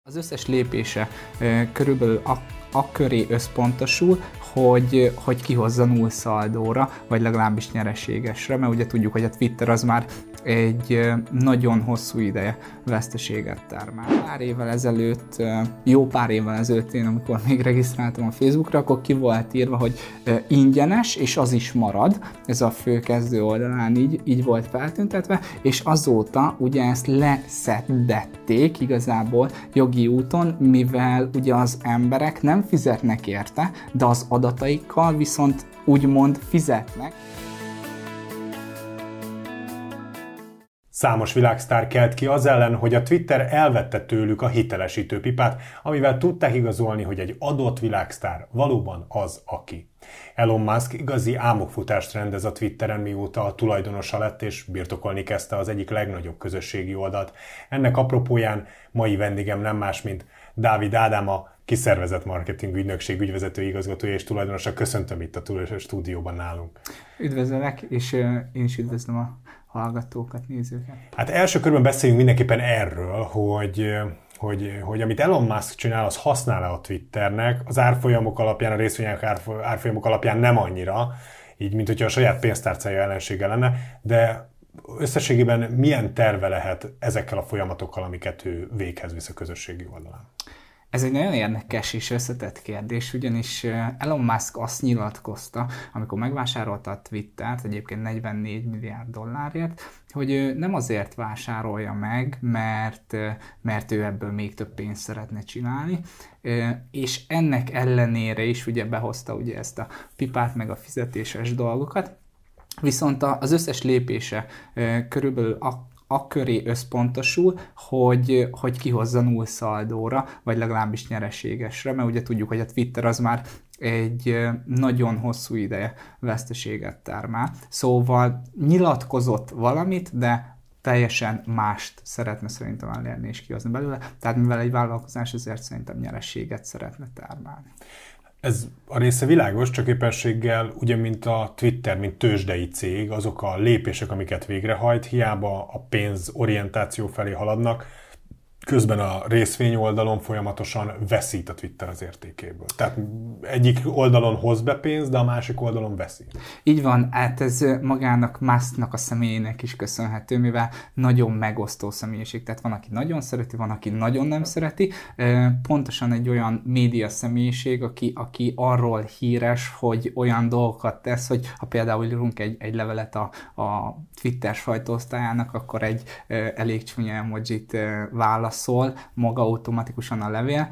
Az összes lépése körülbelül a köré összpontosul, hogy kihozza null szaldóra, vagy legalábbis nyereségesre, mert ugye tudjuk, hogy a Twitter az már egy nagyon hosszú ideje veszteséget termel. Jó pár évvel ezelőtt én, amikor még regisztráltam a Facebookra, akkor ki volt írva, hogy ingyenes, és az is marad. Ez a fő kezdő oldalán így volt feltüntetve, és azóta ugye ezt leszedették igazából jogi úton, mivel ugye az emberek nem fizetnek érte, de az adataikkal viszont úgymond fizetnek. Számos világsztár kelt ki az ellen, hogy a Twitter elvette tőlük a hitelesítő pipát, amivel tudták igazolni, hogy egy adott világsztár valóban az, aki. Elon Musk igazi álmokfutást rendez a Twitteren, mióta a tulajdonosa lett és birtokolni kezdte az egyik legnagyobb közösségi oldalt. Ennek apropóján mai vendégem nem más, mint Dávid Ádám, a Kiszervezett Marketing Ügynökség ügyvezető igazgatója és tulajdonosa. Köszöntöm itt a stúdióban nálunk. Üdvözöllek, és én is üdvözlöm a hallgatókat, nézőket. Hát első körben beszéljünk mindenképpen erről, hogy amit Elon Musk csinál, az használ-e a Twitternek, az árfolyamok alapján, a részvények árfolyamok alapján nem annyira, így mint hogyha a saját pénztárcája ellensége lenne, de összességében milyen terve lehet ezekkel a folyamatokkal, amiket ő véghez visz a közösségi oldalán? Ez egy nagyon érdekes és összetett kérdés, ugyanis Elon Musk azt nyilatkozta, amikor megvásárolta a Twittert, egyébként 44 milliárd dollárért, hogy ő nem azért vásárolja meg, mert ő ebből még több pénzt szeretne csinálni, és ennek ellenére is ugye behozta ugye ezt a pipát, meg a fizetéses dolgokat, viszont az összes lépése körülbelül a köré összpontosul, hogy kihozza null szaldóra, vagy legalábbis nyereségesre, mert ugye tudjuk, hogy a Twitter az már egy nagyon hosszú ideje veszteséget termel. Szóval nyilatkozott valamit, de teljesen mást szeretne szerintem elérni és kihozni belőle. Tehát mivel egy vállalkozás, ezért szerintem nyereséget szeretne termelni. Ez a része világos, csak éppenséggel, ugye mint a Twitter, mint tőzsdei cég, azok a lépések, amiket végrehajt, hiába a pénzorientáció felé haladnak, közben a részvény oldalon folyamatosan veszít a Twitter az értékéből. Tehát egyik oldalon hoz be pénzt, de a másik oldalon veszít. Így van, hát ez magának, Musknak a személyének is köszönhető, mivel nagyon megosztó személyiség. Tehát van, aki nagyon szereti, van, aki nagyon nem szereti. Pontosan egy olyan média személyiség, aki arról híres, hogy olyan dolgokat tesz, hogy ha például írunk egy levelet a Twitter sajtóosztályának, akkor egy elég csúnya emojit válaszol maga automatikusan a levél,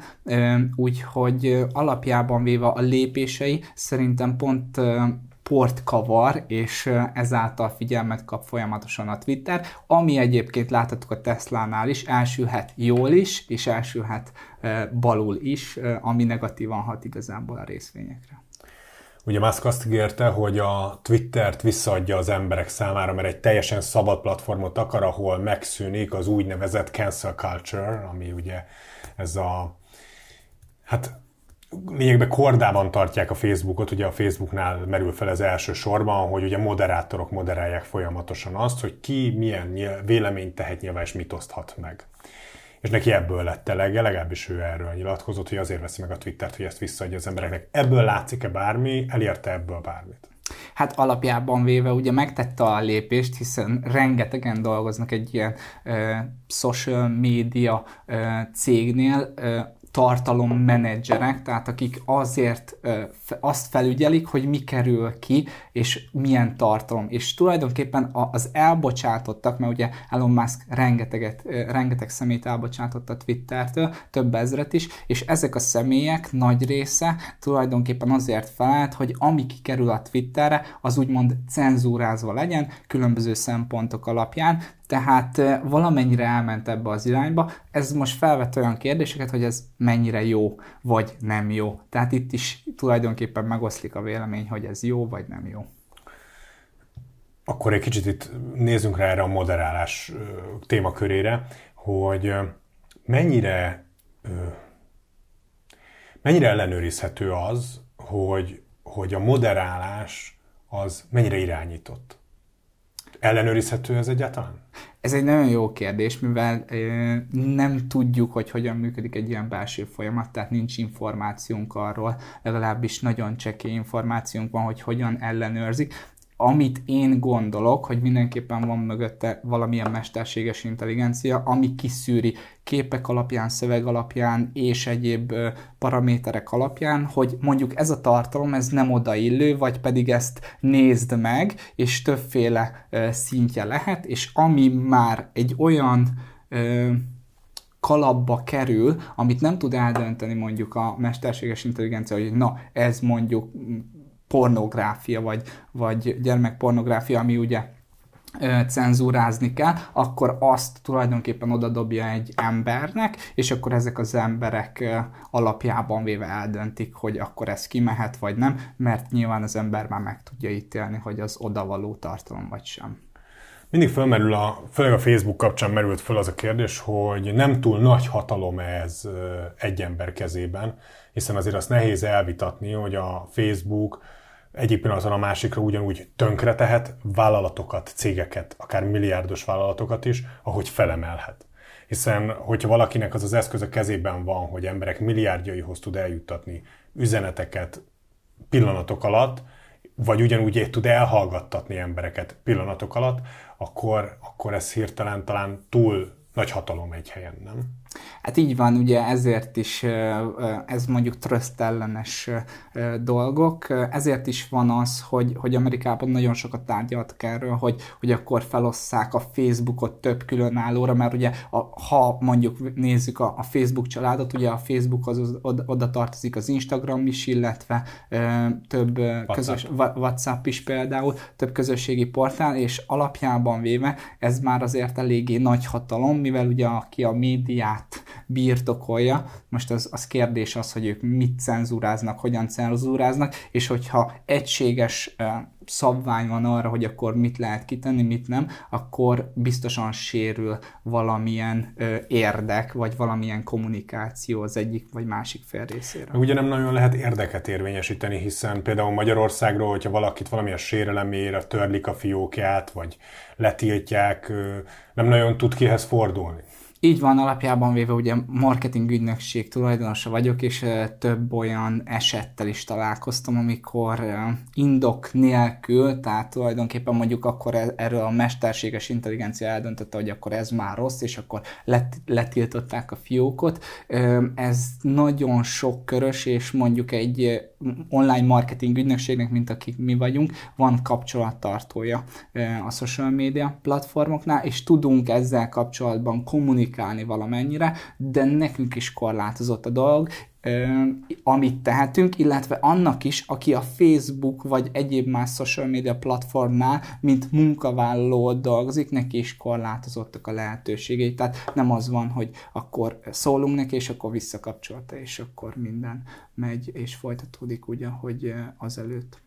úgyhogy alapjában véve a lépései szerintem pont port kavar, és ezáltal figyelmet kap folyamatosan a Twitter, ami egyébként láthatjuk a Teslánál is, elsülhet jól is, és elsülhet balul is, ami negatívan hat igazából a részvényekre. Ugye Musk azt ígérte, hogy a Twittert visszaadja az emberek számára, mert egy teljesen szabad platformot akar, ahol megszűnik az úgynevezett cancel culture, ami ugye ez lényegben kordában tartják a Facebookot, ugye a Facebooknál merül fel ez elsősorban, hogy ugye moderátorok moderálják folyamatosan azt, hogy ki milyen véleményt tehet nyilván és mit oszthat meg. És neki ebből lett elege, legalábbis ő erről nyilatkozott, hogy azért veszi meg a Twittert, hogy ezt visszaadja az embereknek. Ebből látszik-e bármi? Elérte ebből bármit? Hát alapjában véve ugye megtette a lépést, hiszen rengetegen dolgoznak egy ilyen social media cégnél, tartalommenedzserek, tehát akik azért azt felügyelik, hogy mi kerül ki, és milyen tartalom. És tulajdonképpen az elbocsátottak, mert ugye Elon Musk rengeteg személyt elbocsátott a Twittertől, több ezret is, és ezek a személyek nagy része tulajdonképpen azért felelt, hogy ami kikerül a Twitterre, az úgymond cenzúrázva legyen, különböző szempontok alapján, tehát valamennyire elment ebbe az irányba. Ez most felvett olyan kérdéseket, hogy ez mennyire jó, vagy nem jó. Tehát itt is tulajdonképpen megoszlik a vélemény, hogy ez jó, vagy nem jó. Akkor egy kicsit itt nézzünk rá erre a moderálás témakörére, hogy mennyire ellenőrizhető az, hogy a moderálás az mennyire irányított. Ellenőrizhető ez egyáltalán? Ez egy nagyon jó kérdés, mivel nem tudjuk, hogy hogyan működik egy ilyen belső folyamat, tehát nincs információnk arról, legalábbis nagyon csekély információnk van, hogy hogyan ellenőrzik. Amit én gondolok, hogy mindenképpen van mögötte valamilyen mesterséges intelligencia, ami kiszűri képek alapján, szöveg alapján és egyéb paraméterek alapján, hogy mondjuk ez a tartalom, ez nem odaillő, vagy pedig ezt nézd meg, és többféle szintje lehet, és ami már egy olyan kalapba kerül, amit nem tud eldönteni mondjuk a mesterséges intelligencia, hogy na, ez mondjuk pornográfia, vagy gyermekpornográfia, ami ugye cenzúrázni kell, akkor azt tulajdonképpen odadobja egy embernek, és akkor ezek az emberek alapjában véve eldöntik, hogy akkor ez kimehet, vagy nem, mert nyilván az ember már meg tudja ítélni, hogy az odavaló tartalom, vagy sem. Mindig fölmerül, főleg a Facebook kapcsán merült föl az a kérdés, hogy nem túl nagy hatalom ez egy ember kezében, hiszen azért azt nehéz elvitatni, hogy a Facebook egyik pillanatban a másikra ugyanúgy tönkre tehet vállalatokat, cégeket, akár milliárdos vállalatokat is, ahogy felemelhet. Hiszen, hogyha valakinek az az eszköz a kezében van, hogy emberek milliárdjaihoz tud eljuttatni üzeneteket pillanatok alatt, vagy ugyanúgy tud elhallgattatni embereket pillanatok alatt, akkor ez hirtelen talán túl nagy hatalom egy helyen, nem? Hát így van, ugye ezért is ez mondjuk trust ellenes dolgok, ezért is van az, hogy Amerikában nagyon sokat tárgyaltak erről, hogy akkor felosszák a Facebookot több különállóra, mert ugye ha mondjuk nézzük a Facebook családot, ugye a Facebookhoz oda tartozik az Instagram is, illetve több közös WhatsApp is például, több közösségi portál, és alapjában véve ez már azért eléggé nagy hatalom, mivel ugye aki a médiát birtokolja. Most az kérdés az, hogy ők mit cenzúráznak, hogyan cenzúráznak, és hogyha egységes szabvány van arra, hogy akkor mit lehet kitenni, mit nem, akkor biztosan sérül valamilyen érdek, vagy valamilyen kommunikáció az egyik vagy másik fél részéről. Ugye nem nagyon lehet érdeket érvényesíteni, hiszen például Magyarországról, hogyha valakit valamilyen sérelemére törlik a fiókját, vagy letiltják, nem nagyon tud kihez fordulni. Így van, alapjában véve ugye marketing ügynökség tulajdonosa vagyok, és több olyan esettel is találkoztam, amikor indok nélkül, tehát tulajdonképpen mondjuk akkor erről a mesterséges intelligencia eldöntötte, hogy akkor ez már rossz, és akkor letiltották a fiókot. Ez nagyon sok körös, és mondjuk egy online marketing ügynökségnek, mint akik mi vagyunk, van kapcsolattartója a social media platformoknál, és tudunk ezzel kapcsolatban kommunikálni valamennyire, de nekünk is korlátozott a dolog, amit tehetünk, illetve annak is, aki a Facebook vagy egyéb más social media platformnál, mint munkavállaló dolgozik, neki is korlátozottak a lehetőségei. Tehát nem az van, hogy akkor szólunk neki, és akkor visszakapcsolta, és akkor minden megy, és folytatódik úgy, ahogy azelőtt.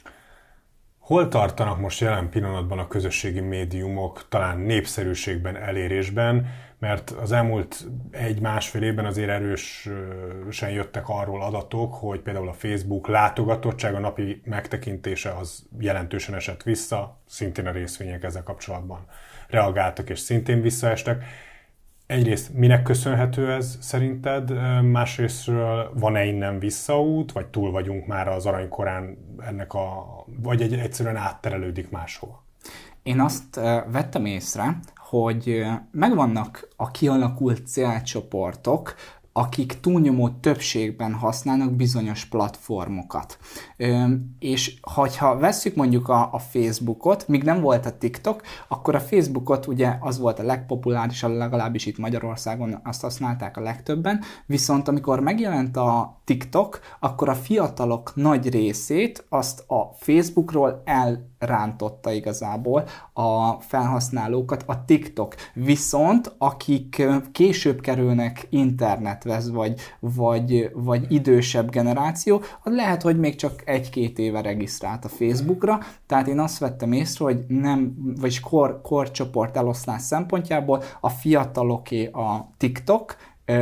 Hol tartanak most jelen pillanatban a közösségi médiumok talán népszerűségben, elérésben, mert az elmúlt 1-1,5 évben azért erősen jöttek arról adatok, hogy például a Facebook látogatottsága, napi megtekintése az jelentősen esett vissza, szintén a részvények ezzel kapcsolatban reagáltak és szintén visszaestek. Egyrészt minek köszönhető ez szerinted? Másrésztről van-e innen visszaút, vagy túl vagyunk már az aranykorán vagy egyszerűen átterelődik máshova? Én azt vettem észre, hogy megvannak a kialakult célcsoportok, akik túlnyomó többségben használnak bizonyos platformokat. És ha vesszük mondjuk a Facebookot, míg nem volt a TikTok, akkor a Facebookot ugye az volt a legpopulárisabb, legalábbis itt Magyarországon azt használták a legtöbben, viszont amikor megjelent a TikTok, akkor a fiatalok nagy részét azt a Facebookról elrántotta igazából a felhasználókat a TikTok. Viszont akik később kerülnek internetvez, vagy idősebb generáció, az lehet, hogy még csak 1-2 éve regisztrált a Facebookra, tehát én azt vettem észre, hogy nem, vagyis korcsoport eloszlás szempontjából a fiataloké a TikTok,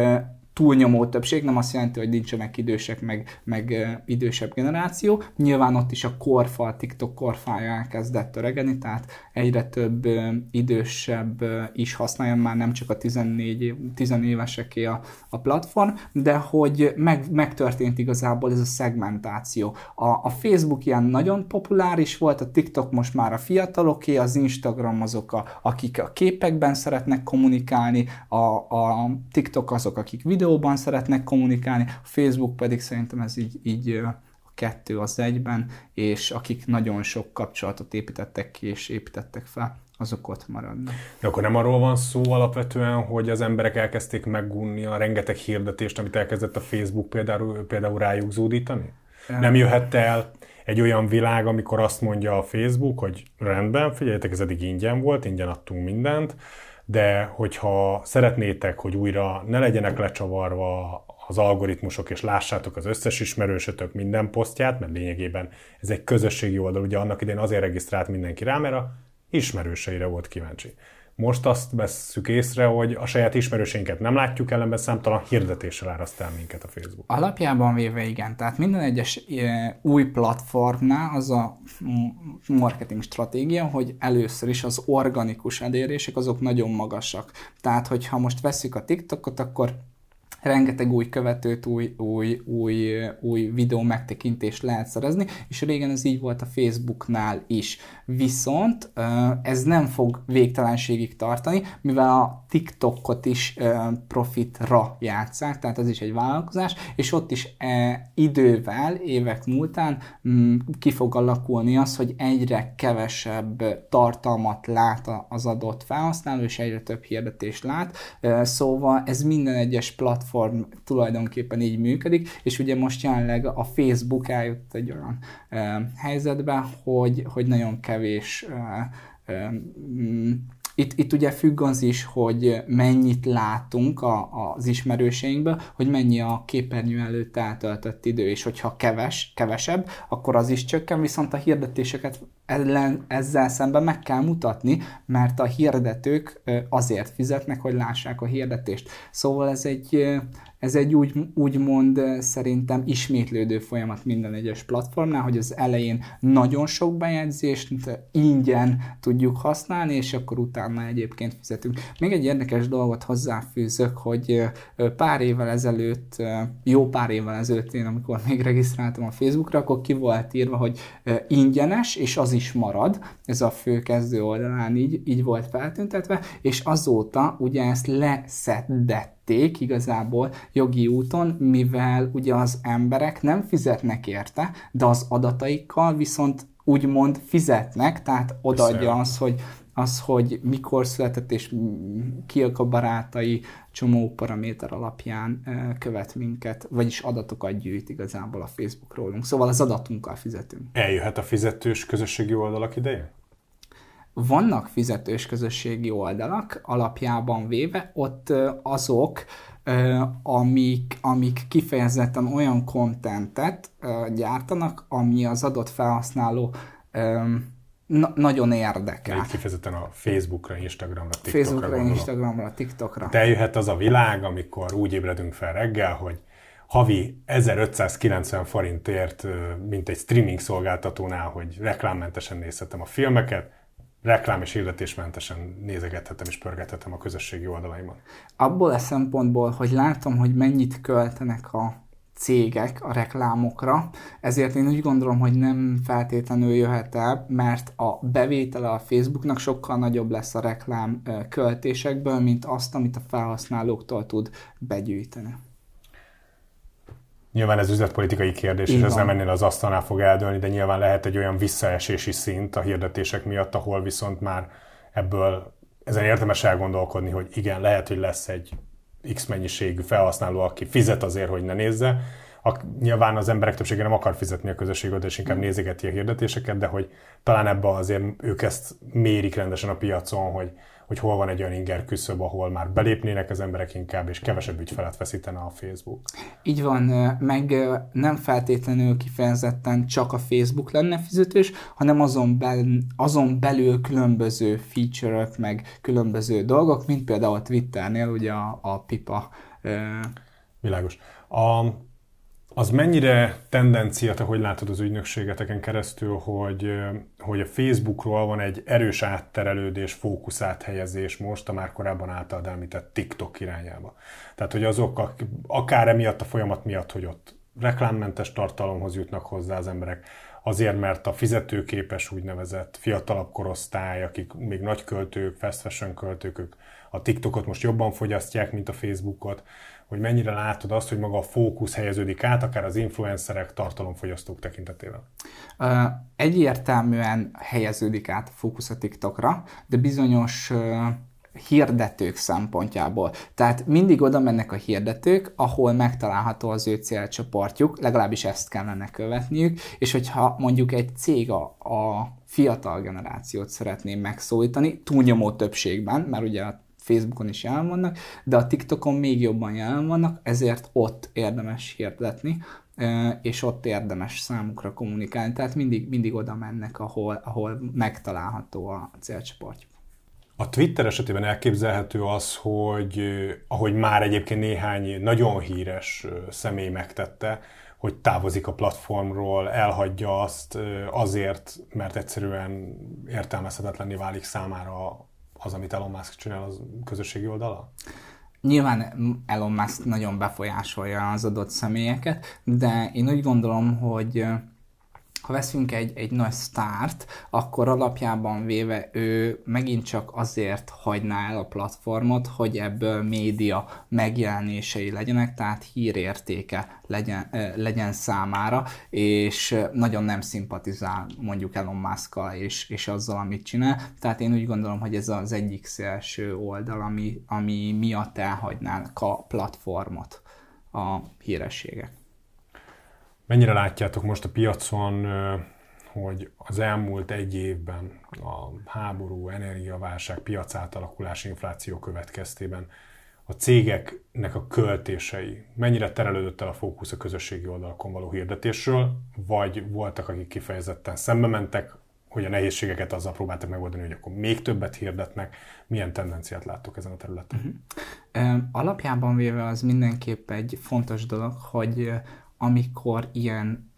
túlnyomó többség, nem azt jelenti, hogy nincsenek idősek, meg idősebb generáció. Nyilván ott is a korfa, a TikTok korfája elkezdett öregedni, tehát egyre több idősebb is használja, már nem csak a 10 éveseké a platform, de hogy megtörtént igazából ez a szegmentáció. A Facebook ilyen nagyon populáris volt, a TikTok most már a fiataloké, az Instagram azok, akik a képekben szeretnek kommunikálni, a TikTok azok, akik videóban szeretnek kommunikálni, a Facebook pedig szerintem ez így a kettő az egyben, és akik nagyon sok kapcsolatot építettek ki és építettek fel, azok ott maradnak. De akkor nem arról van szó alapvetően, hogy az emberek elkezdték megunni a rengeteg hirdetést, amit elkezdett a Facebook például rájuk zúdítani? Nem jöhet el egy olyan világ, amikor azt mondja a Facebook, hogy rendben, figyeljetek, ez eddig ingyen volt, ingyen adtunk mindent, de hogyha szeretnétek, hogy újra ne legyenek lecsavarva az algoritmusok, és lássátok az összes ismerősötök minden posztját, mert lényegében ez egy közösségi oldal, ugye annak idején azért regisztrált mindenki rá, mert a ismerőseire volt kíváncsi. Most azt vesszük észre, hogy a saját ismerőseinket nem látjuk, ellenben számtalan hirdetéssel áraszt el minket a Facebook. Alapjában véve igen, tehát minden egyes új platformnál az a marketing stratégia, hogy először is az organikus elérések azok nagyon magasak. Tehát, hogyha most vesszük a TikTokot, akkor rengeteg új követőt, új videó megtekintést lehet szerezni, és régen ez így volt a Facebooknál is. Viszont ez nem fog végtelenségig tartani, mivel a TikTokot is profitra játsszák, tehát ez is egy vállalkozás, és ott is idővel, évek múltán ki fog alakulni az, hogy egyre kevesebb tartalmat lát az adott felhasználó, és egyre több hirdetést lát. Szóval ez minden egyes platform tulajdonképpen így működik, és ugye most jelenleg a Facebook eljött egy olyan helyzetbe, hogy nagyon kevés itt ugye függ az is, hogy mennyit látunk az ismerőseinkből, hogy mennyi a képernyő előtt eltöltött idő, és hogyha kevesebb, akkor az is csökken, viszont a hirdetéseket ezzel szemben meg kell mutatni, mert a hirdetők azért fizetnek, hogy lássák a hirdetést. Szóval ez egy úgymond szerintem ismétlődő folyamat minden egyes platformnál, hogy az elején nagyon sok bejegyzést ingyen tudjuk használni, és akkor utána egyébként fizetünk. Még egy érdekes dolgot hozzáfűzök, hogy jó pár évvel ezelőtt én, amikor még regisztráltam a Facebookra, akkor ki volt írva, hogy ingyenes, és az is marad. Ez a fő kezdő oldalán így volt feltüntetve, és azóta ugye ezt leszedették igazából jogi úton, mivel ugye az emberek nem fizetnek érte, de az adataikkal viszont úgymond fizetnek, tehát odaadja az, hogy mikor született és ki a barátai, csomó paraméter alapján követ minket, vagyis adatokat gyűjt igazából a Facebook rólunk. Szóval az adatunkkal fizetünk. Eljöhet a fizetős közösségi oldalak ideje? Vannak fizetős közösségi oldalak alapjában véve, ott azok, amik kifejezetten olyan contentet gyártanak, ami az adott felhasználó nagyon érdekel. Itt kifejezetten a Facebookra, Instagramra, Instagramra, TikTokra. De eljöhet az a világ, amikor úgy ébredünk fel reggel, hogy havi 1590 forintért, mint egy streaming szolgáltatónál, hogy reklámmentesen nézhetem a filmeket, reklám és hirdetésmentesen nézegethetem és pörgethetem a közösségi oldalaimon. Abból a szempontból, hogy látom, hogy mennyit költenek a cégek a reklámokra, ezért én úgy gondolom, hogy nem feltétlenül jöhet el, mert a bevétele a Facebooknak sokkal nagyobb lesz a reklám költésekből, mint azt, amit a felhasználóktól tud begyűjteni. Nyilván ez üzletpolitikai kérdés, és ez nem ennél az asztalnál fog eldőlni, de nyilván lehet egy olyan visszaesési szint a hirdetések miatt, ahol viszont már ebből ezen érdemes elgondolkodni, hogy igen, lehet, hogy lesz egy X mennyiségű felhasználó, aki fizet azért, hogy ne nézze. Nyilván az emberek többsége nem akar fizetni a közösséget, és inkább nézegeti a hirdetéseket, de hogy talán ebben azért ők ezt mérik rendesen a piacon, hogy hol van egy olyan inger küszöb, ahol már belépnének az emberek inkább, és kevesebb ügyfelet veszítene a Facebook. Így van, meg nem feltétlenül kifejezetten csak a Facebook lenne fizetős, hanem azon belül különböző feature-ök, meg különböző dolgok, mint például a Twitternél ugye a pipa Világos. Az mennyire tendencia, te hogy látod az ügynökségeteken keresztül, hogy a Facebookról van egy erős átterelődés, fókuszáthelyezés most a már korábban általad említett TikTok irányába. Tehát, hogy azok, akár emiatt a folyamat miatt, hogy ott reklámmentes tartalomhoz jutnak hozzá az emberek, azért, mert a fizetőképes úgynevezett fiatalabb korosztály, akik még nagy költők, fast fashion költők, ők a TikTokot most jobban fogyasztják, mint a Facebookot, hogy mennyire látod azt, hogy maga a fókusz helyeződik át, akár az influencerek, tartalomfogyasztók tekintetében? Egyértelműen helyeződik át a fókusz a TikTokra, de bizonyos hirdetők szempontjából. Tehát mindig oda mennek a hirdetők, ahol megtalálható az ő célcsoportjuk, legalábbis ezt kellene követniük, és hogyha mondjuk egy cég a fiatal generációt szeretné megszólítani, túlnyomó többségben, mert ugye a Facebookon is jelen vannak, de a TikTokon még jobban jelen vannak, ezért ott érdemes hirdetni, és ott érdemes számukra kommunikálni. Tehát mindig oda mennek, ahol megtalálható a célcsoportjuk. A Twitter esetében elképzelhető az, hogy ahogy már egyébként néhány nagyon híres személy megtette, hogy távozik a platformról, elhagyja azt azért, mert egyszerűen értelmezhetetlenné válik számára az, amit Elon Musk csinál az közösségi oldala? Nyilván Elon Musk nagyon befolyásolja az adott személyeket, de én úgy gondolom, hogy ha veszünk egy nagy sztárt, akkor alapjában véve ő megint csak azért hagyná el a platformot, hogy ebből média megjelenései legyenek, tehát hírértéke legyen számára, és nagyon nem szimpatizál mondjuk Elon Muskkal és azzal, amit csinál. Tehát én úgy gondolom, hogy ez az egyik szélső oldal, ami miatt elhagynák a platformot a hírességek. Mennyire látjátok most a piacon, hogy az elmúlt egy évben a háború, energiaválság, piacátalakulás, infláció következtében a cégeknek a költései mennyire terelődött el a fókusz a közösségi oldalakon való hirdetésről, vagy voltak, akik kifejezetten szembe mentek, hogy a nehézségeket azzal próbáltak megoldani, hogy akkor még többet hirdetnek. Milyen tendenciát láttok ezen a területen? Alapjában véve az mindenképp egy fontos dolog, hogy amikor ilyen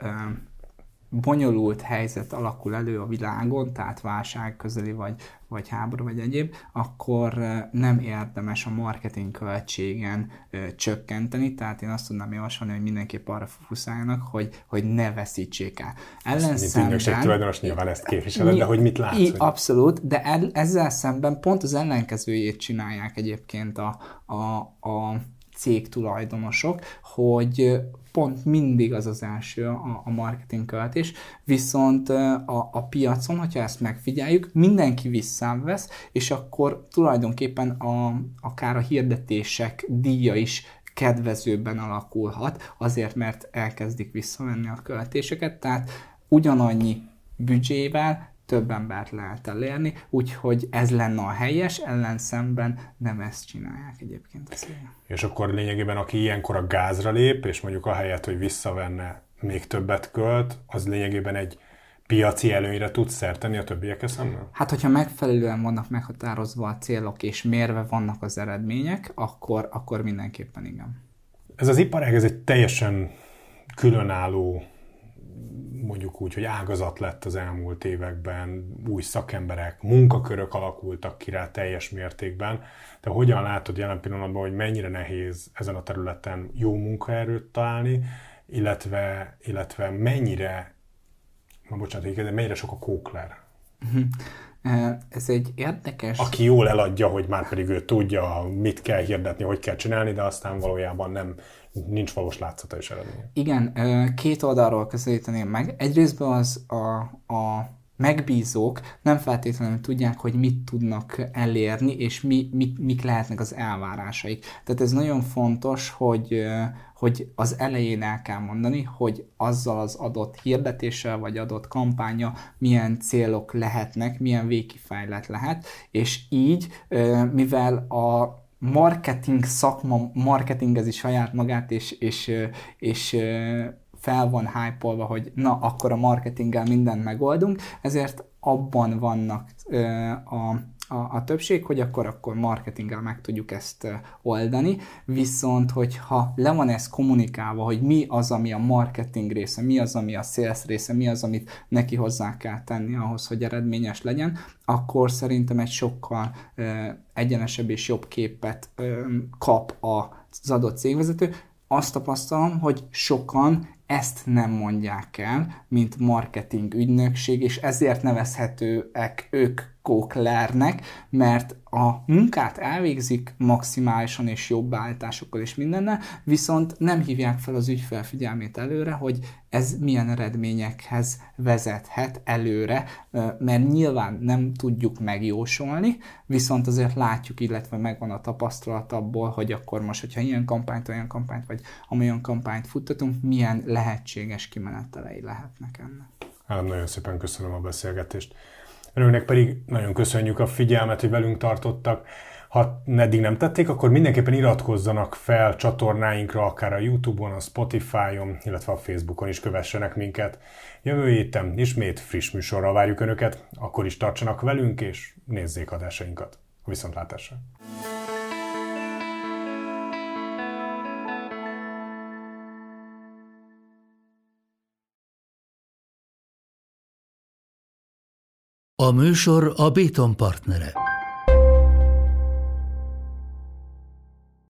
bonyolult helyzet alakul elő a világon, tehát válság közeli, vagy háború, vagy egyéb, akkor nem érdemes a marketing költségen csökkenteni, tehát én azt tudnám javasolni, hogy mindenképp arra fókuszáljanak, hogy ne veszítsék el. Ellenszemben... tulajdonos nyilván ezt képviseled, de hogy mit látsz? Abszolút, de ezzel szemben pont az ellenkezőjét csinálják egyébként a cégtulajdonosok, hogy pont mindig az az első a marketing költés, viszont a piacon, hogyha ezt megfigyeljük, mindenki visszavesz, és akkor tulajdonképpen akár a hirdetések díja is kedvezőbben alakulhat, azért, mert elkezdik visszavenni a költéseket, tehát ugyanannyi büdzsével több embert lehet elérni, úgyhogy ez lenne a helyes, ellenszemben nem ezt csinálják egyébként a cégek. És akkor lényegében, aki ilyenkor a gázra lép, és mondjuk ahelyett, hogy visszavenne, még többet költ, az lényegében egy piaci előnyre tud szert tenni a többiekkel szemben? Hát, hogyha megfelelően vannak meghatározva a célok, és mérve vannak az eredmények, akkor mindenképpen igen. Ez az iparág, ez egy teljesen különálló, mondjuk úgy, hogy ágazat lett az elmúlt években, új szakemberek, munkakörök alakultak ki rá teljes mértékben. De hogyan látod jelen pillanatban, hogy mennyire nehéz ezen a területen jó munkaerőt találni, illetve mennyire sok a kókler? Ez egy érdekes... Aki jól eladja, hogy már pedig ő tudja, mit kell hirdetni, hogy kell csinálni, de aztán valójában nincs valós látszata és eredménye. Igen, két oldalról közelíteném meg. Egyrésztben az a megbízók nem feltétlenül tudják, hogy mit tudnak elérni, és mik lehetnek az elvárásaik. Tehát ez nagyon fontos, hogy az elején el kell mondani, hogy azzal az adott hirdetéssel, vagy adott kampánya milyen célok lehetnek, milyen végkifejlet lehet, és így, mivel a marketing szakma marketingezi saját magát, és fel van hype-olva, hogy na, akkor a marketinggel mindent megoldunk, ezért abban vannak a a többség, hogy akkor marketinggel meg tudjuk ezt oldani, viszont hogyha le van ez kommunikálva, hogy mi az, ami a marketing része, mi az, ami a sales része, mi az, amit neki hozzá kell tenni ahhoz, hogy eredményes legyen, akkor szerintem egy sokkal egyenesebb és jobb képet kap az adott cégvezető. Azt tapasztalom, hogy sokan ezt nem mondják el, mint marketing ügynökség, és ezért nevezhetőek ők kóklernek, mert a munkát elvégzik maximálisan és jobb állításokkal és mindennel, viszont nem hívják fel az ügyfél figyelmét előre, hogy ez milyen eredményekhez vezethet előre, mert nyilván nem tudjuk megjósolni, viszont azért látjuk, illetve megvan a tapasztalat abból, hogy akkor most, hogyha ilyen kampányt, olyan kampányt, vagy amolyan kampányt futtatunk, milyen lehetséges kimenetelei lehetnek ennek. Állam, nagyon szépen köszönöm a beszélgetést. Önöknek pedig nagyon köszönjük a figyelmet, hogy velünk tartottak. Ha eddig nem tették, akkor mindenképpen iratkozzanak fel csatornáinkra, akár a YouTube-on, a Spotify-on, illetve a Facebookon is kövessenek minket. Jövő héten ismét friss műsorral várjuk Önöket, akkor is tartsanak velünk, és nézzék adásainkat. A viszontlátásra! A műsor a Béton partnere.